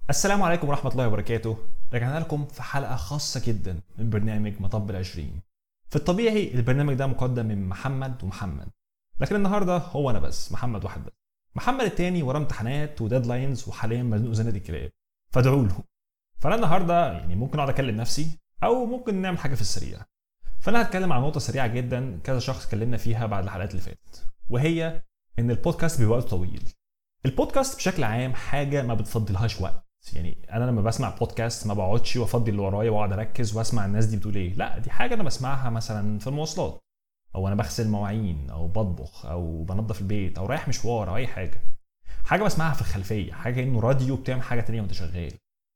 السلام عليكم ورحمة الله وبركاته. رجعنا لكم في حلقة خاصة جدا من برنامج مطب العشرين. في الطبيعي البرنامج ده مقدم من محمد ومحمد، لكن النهاردة هو أنا بس، محمد واحد بس. محمد التاني وراه امتحانات وديدلاينز وحاليا مزنوق زنة الكلاب، فادعوا له. فأنا النهاردة ممكن أقعد أكلم نفسي أو ممكن نعمل حاجة في السريع. فأنا هتكلم عن نقطة سريعة جدا كذا شخص كلمنا فيها بعد الحلقات اللي فاتت، وهي إن البودكاست بيبقى وقت طويل. البودكاست بشكل عام حاجة ما بتفضلهاش وقت. انا لما بسمع بودكاست ما بقعدش وافضي اللي ورايا واقعد اركز واسمع الناس دي بتقول ايه، لا، دي حاجه انا بسمعها مثلا في المواصلات، او انا بغسل مواعين، او بطبخ، او بنظف البيت، او رايح مشوار، او اي حاجه بسمعها في الخلفيه، حاجه انه راديو بتعمل حاجه تانية وانت شغال.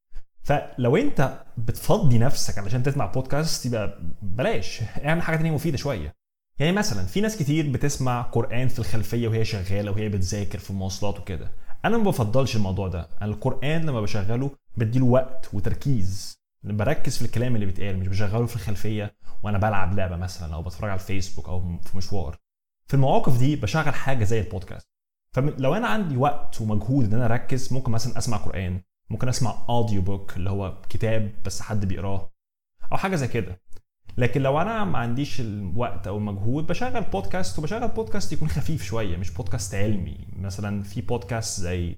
فلو انت بتفضي نفسك علشان تسمع بودكاست يبقى بلاش، اعمل حاجه تانية مفيده شويه. مثلا في ناس كتير بتسمع قرآن في الخلفيه وهي شغاله وهي بتذاكر في المواصلات وكده. انا ما بفضلش الموضوع ده. انا القرآن لما بشغله بديله وقت وتركيز، بركز في الكلام اللي بيتقال، مش بشغله في الخلفيه وانا بلعب لعبه مثلا او بتفرج على الفيسبوك او في مشوار. في المواقف دي بشغل حاجه زي البودكاست. فلو انا عندي وقت ومجهود ان انا اركز، ممكن مثلا اسمع قرآن، ممكن اسمع اوديو بوك اللي هو كتاب بس حد بيقراه او حاجه زي كده. لكن لو انا ما عنديش الوقت او المجهود بشغل بودكاست، وبشغل بودكاست يكون خفيف شويه، مش بودكاست علمي. مثلا في بودكاست زي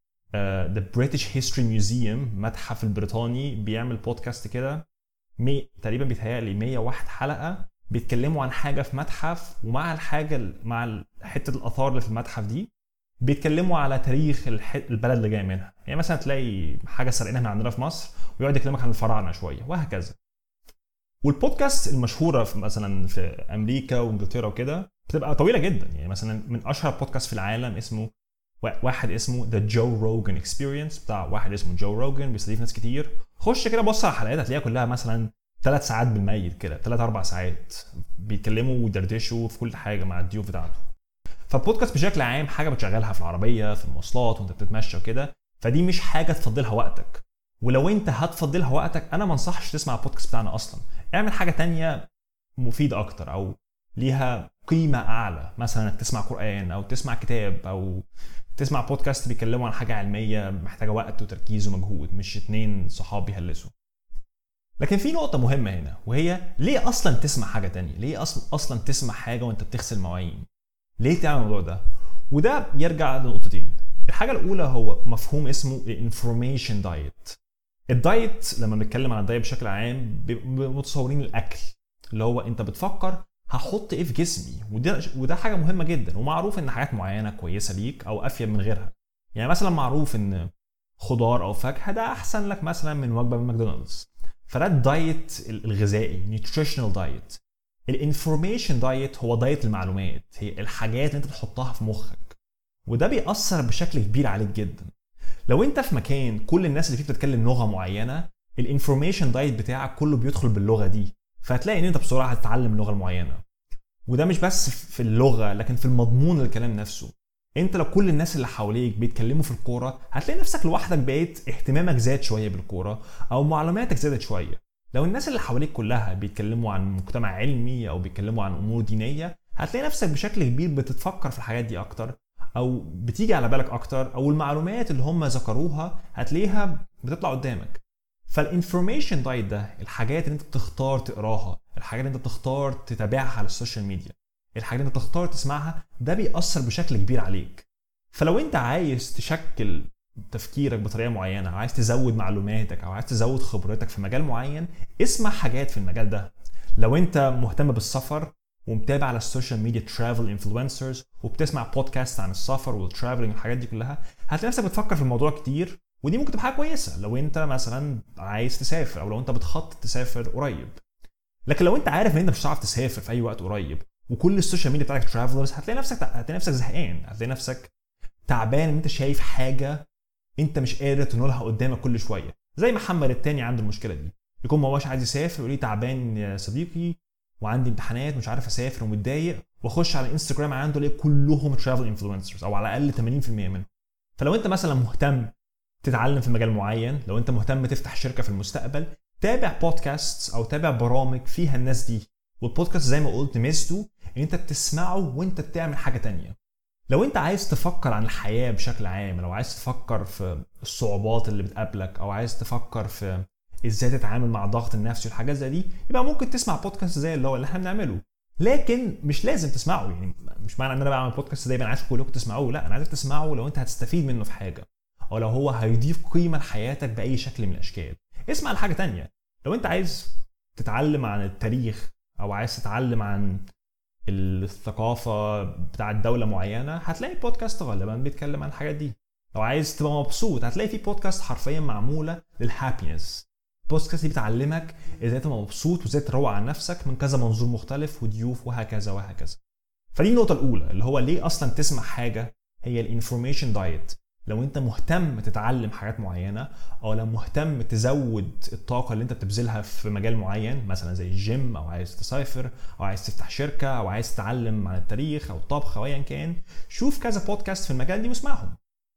The British History Museum، متحف البريطاني، بيعمل بودكاست كده تقريبا بيتهيألي 101 حلقه بيتكلموا عن حاجه في متحف، ومع الحاجه مع حته الاثار اللي في المتحف دي بيتكلموا على تاريخ البلد اللي جاي منها. مثلا تلاقي حاجه سرقناها من عندنا في مصر ويقعد يكلمك عن الفراعنه شويه وهكذا. والبودكاست المشهوره مثلا في امريكا وانجلترا وكده بتبقى طويله جدا. مثلا من اشهر بودكاست في العالم اسمه واحد اسمه The Joe Rogan Experience، بتاع واحد اسمه جو روجن، بيستضيف ناس كتير. خش كده بص على الحلقات هتلاقيها كلها مثلا 3 ساعات بالميت كده، 3-4 ساعات بيتكلموا ويدردشوا في كل حاجه مع الضيوف بتاعته. فالبودكاست بشكل عام حاجه بتشغلها في العربيه، في المواصلات، وانت بتتمشى وكده، فدي مش حاجه تفضلها وقتك. ولو انت هتفضلها وقتك انا ما انصحش تسمع البودكاست بتاعنا اصلا. اعمل حاجه تانية مفيده اكتر او ليها قيمه اعلى، مثلا انك تسمع قرآن او تسمع كتاب او تسمع بودكاست بيتكلموا عن حاجه علميه محتاجه وقت وتركيز ومجهود، مش 2 صحاب بيهلسوا. لكن في نقطه مهمه هنا، وهي ليه اصلا تسمع حاجه تانية؟ ليه اصلا تسمع حاجه وانت بتغسل مواعين؟ ليه تعمل الموضوع ده؟ وده يرجع لنقطتين. الحاجه الاولى هو مفهوم اسمه الانفورميشن دايت. الدايت لما بنتكلم عن الدايت بشكل عام متصورين الاكل، اللي هو انت بتفكر هحط ايه في جسمي، وده حاجه مهمه جدا، ومعروف ان حاجات معينه كويسه ليك او افيد من غيرها. مثلا معروف ان خضار او فاكهه ده احسن لك مثلا من وجبه من ماكدونالدز. فده الدايت الغذائي، نيوتريشنال دايت. الانفورميشن دايت هو دايت المعلومات، هي الحاجات اللي انت بتحطها في مخك، وده بيأثر بشكل كبير عليك جدا. لو انت في مكان كل الناس اللي فيه بتتكلم لغه معينه، الانفورميشن دايت بتاعك كله بيدخل باللغه دي، فهتلاقي ان انت بسرعه هتتعلم اللغه المعينه. وده مش بس في اللغه، لكن في المضمون الكلام نفسه. انت لو كل الناس اللي حواليك بيتكلموا في الكوره، هتلاقي نفسك لوحدك بقيت اهتمامك زاد شويه بالكوره او معلوماتك زادت شويه. لو الناس اللي حواليك كلها بيتكلموا عن مجتمع علمي او بيتكلموا عن امور دينيه، هتلاقي نفسك بشكل كبير بتتفكر في الحاجات دي اكتر، او بتيجي على بالك اكتر، او المعلومات اللي هم ذكروها هتلاقيها بتطلع قدامك. فالانفورميشن دايت ده الحاجات اللي انت بتختار تقراها، الحاجات اللي انت بتختار تتابعها على السوشيال ميديا، الحاجات اللي انت بتختار تسمعها، ده بيأثر بشكل كبير عليك. فلو انت عايز تشكل تفكيرك بطريقه معينه، عايز تزود معلوماتك او عايز تزود خبرتك في مجال معين، اسمع حاجات في المجال ده. لو انت مهتم بالسفر ومتابع على السوشيال ميديا ترافل انفلونسرز وبتسمع بودكاست عن السفر والترافلنج والحاجات دي كلها، هتلاقي نفسك بتفكر في الموضوع كتير، ودي ممكن تبقى حاجه كويسه لو انت مثلا عايز تسافر او لو انت بتخطط تسافر قريب. لكن لو انت عارف ان انت مش هتعرف تسافر في اي وقت قريب، وكل السوشيال ميديا بتاعتك ترافلرز، هتلاقي نفسك زهقان، هتلاقي نفسك تعبان ان انت شايف حاجه انت مش قادر تنولها قدامك كل شويه. زي محمد التاني عنده المشكله دي، يكون ما هوش عايز يسافر ويقول لي تعبان يا صديقي وعندي امتحانات مش عارف اسافر ومتضايق، واخش على انستجرام عنده الاقي كلهم ترافل انفلونسرز او على الاقل 80% منهم. فلو انت مثلا مهتم تتعلم في مجال معين، لو انت مهتم تفتح شركه في المستقبل، تابع بودكاست او تابع برامج فيها الناس دي. والبودكاست زي ما قلت ميزته ان انت بتسمعه وانت بتعمل حاجه تانية. لو انت عايز تفكر عن الحياة بشكل عام، لو عايز تفكر في الصعوبات اللي بتقابلك، او عايز تفكر في ازاي تتعامل مع الضغط النفسي والحاجات زي دي، يبقى ممكن تسمع بودكاست زي اللي احنا بنعمله. لكن مش لازم تسمعه، يعني مش معنى ان انا بعمل بودكاست دايما عايز كلكم تسمعوه، لا، انا عايزك تسمعه لو انت هتستفيد منه في حاجة، او لو هو هيضيف قيمة لحياتك بأي شكل من الاشكال. اسمع لحاجة تانية. لو انت عايز تتعلم عن التاريخ، او عايز تتعلم عن الثقافة بتاعت دولة معينة، هتلاقي بودكاست غالبا بيتكلم عن الحاجات دي. لو عايز تبقى مبسوط، هتلاقي في بودكاست حرفيا معمولة للهابينس. بودكاست دي بتعلمك ازاي تبقى مبسوط وازاي تروق عن نفسك من كذا منظور مختلف وضيوف وهكذا وهكذا. فدي النقطة الأولى، اللي هو ليه أصلا تسمع حاجة، هي الانفورميشن دايت. لو انت مهتم تتعلم حاجات معينة، او لو مهتم تزود الطاقة اللي انت بتبذلها في مجال معين، مثلا زي الجيم، او عايز تسافر، او عايز تفتح شركة، او عايز تتعلم عن التاريخ او الطبخ او ايا كان، شوف كذا بودكاست في المجال دي واسمعهم.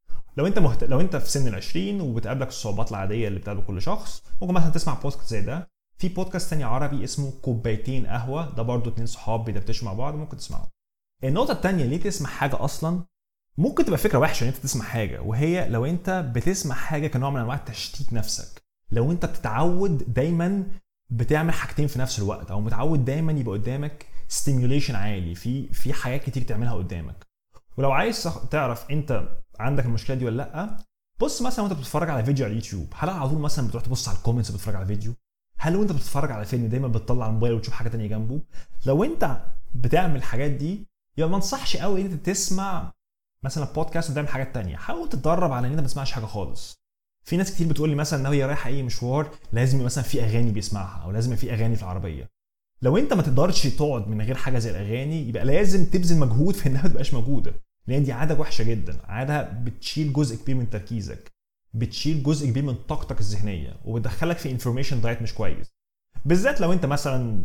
لو انت في سن ال20 وبتقابلك الصعوبات العادية اللي بتقابل كل شخص، ممكن مثلا تسمع بودكاست زي ده. في بودكاست تاني عربي اسمه كوبايتين قهوة، ده برضو 2 صحاب بيدردشوا مع بعض، ممكن تسمعه. النقطة التانية، ليه تسمع حاجة أصلا؟ ممكن تبقى فكرة وحشة ان انت تسمع حاجة، وهي لو انت بتسمع حاجة كنوع من انواع تشتيت نفسك. لو انت بتتعود دايما بتعمل حاجتين في نفس الوقت، او متعود دايما يبقى قدامك ستيميوليشن عالي في حاجات كتير تعملها قدامك. ولو عايز تعرف انت عندك المشكلة دي ولا لا، بص مثلا وانت بتتفرج على فيديو على اليوتيوب، هل على طول مثلا بتروح تبص على الكومنتس وبتتفرج على فيديو؟ هل وانت بتتفرج على فيلم دايما بتطلع الموبايل وتشوف حاجة تانية جنبه؟ لو انت بتعمل الحاجات دي، يبقى ما انصحش قوي ان انت تسمع مثلا بودكاست وتعمل حاجات تانية. حاول تتدرب على ان انت ما تسمعش حاجه خالص. في ناس كتير بتقول لي مثلا ان هي رايحه اي مشوار لازم مثلا في اغاني بيسمعها، او لازم في اغاني في العربيه. لو انت ما تقدرش تقعد من غير حاجه زي الاغاني، يبقى لازم تبذل مجهود في انها ما تبقاش موجوده، لان دي عاده وحشه جدا. عاده بتشيل جزء كبير من تركيزك، بتشيل جزء كبير من طاقتك الذهنيه، وبتدخلك في انفورميشن دايت مش كويس. بالذات لو انت مثلا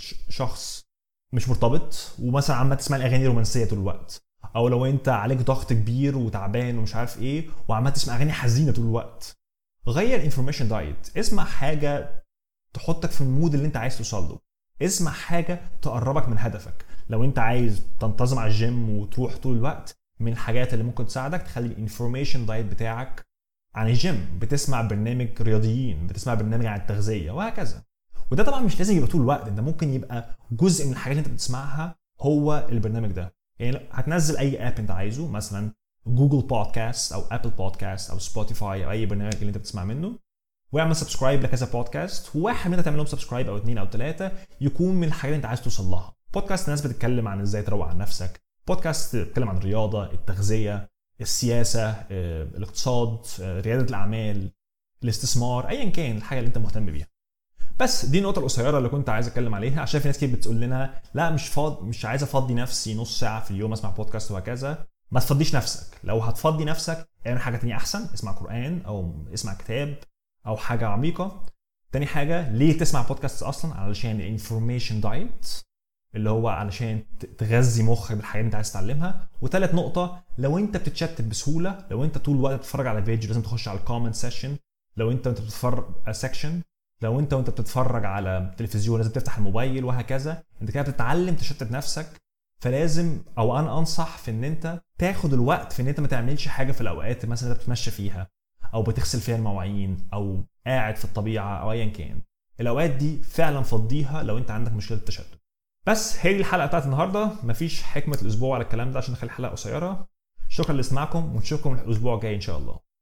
شخص مش مرتبط ومثلا عمال تسمع الاغاني رومانسيه طول الوقت، او لو انت عليك ضغط كبير وتعبان ومش عارف ايه وعمال تسمع اغاني حزينه طول الوقت. غير انفورميشن دايت، اسمع حاجه تحطك في المود اللي انت عايز توصل له. اسمع حاجه تقربك من هدفك. لو انت عايز تنتظم على الجيم وتروح طول الوقت، من الحاجات اللي ممكن تساعدك تخلي الانفورميشن دايت بتاعك عن الجيم، بتسمع برنامج رياضيين، بتسمع برنامج عن التغذيه وهكذا. وده طبعا مش لازم يبقى طول الوقت، انت ممكن يبقى جزء من الحاجات اللي انت بتسمعها هو البرنامج ده. يعني هتنزل اي اب انت عايزه، مثلا جوجل بودكاست او ابل بودكاست او سبوتيفاي او اي برنامج اللي انت بتسمع منه، واعمل سبسكرايب لكذا بودكاست، وواحد من انت تعمل لهم سبسكرايب او 2 أو 3 يكون من الحاجات اللي انت عايز توصل لها. بودكاست ناس بتتكلم عن ازاي تروق عن نفسك، بودكاست بتتكلم عن الرياضه، التغذيه، السياسه، الاقتصاد، رياده الاعمال، الاستثمار، ايا كان الحاجه اللي انت مهتم بيها. بس دي النقطه القصيره اللي كنت عايز اتكلم عليها، عشان في ناس كتير بتقول لنا لا مش عايز افضي نفسي نص ساعه في اليوم اسمع بودكاست وهكذا. ما تفضيش نفسك. لو هتفضي نفسك اعمل حاجه تانية احسن، اسمع قران او اسمع كتاب او حاجه عميقه. تاني حاجه، ليه تسمع بودكاست اصلا؟ علشان الانفورميشن دايت، اللي هو علشان تغذي مخك بالحاجات اللي انت عايز تتعلمها. وثالث نقطه، لو انت بتتشتت بسهوله، لو انت طول الوقت بتتفرج على فيديو لازم تخش على الكومنت سيكشن، لو انت بتتفرج سيكشن، لو انت بتتفرج على تلفزيون لازم تفتح الموبايل وهكذا، انت كده بتتعلم تشتت نفسك. فلازم، او انا انصح في ان انت تاخد الوقت في ان انت ما تعملش حاجه في الاوقات مثلا انت بتتمشى فيها، او بتغسل فيها المواعين، او قاعد في الطبيعه، او ايا كان. الاوقات دي فعلا فضيها لو انت عندك مشكله تشتت. بس هي دي الحلقه بتاعت النهارده، مفيش حكمه الاسبوع على الكلام ده عشان نخلي الحلقه قصيره. شكرا لاستماعكم، ونشوفكم الاسبوع الجاي ان شاء الله.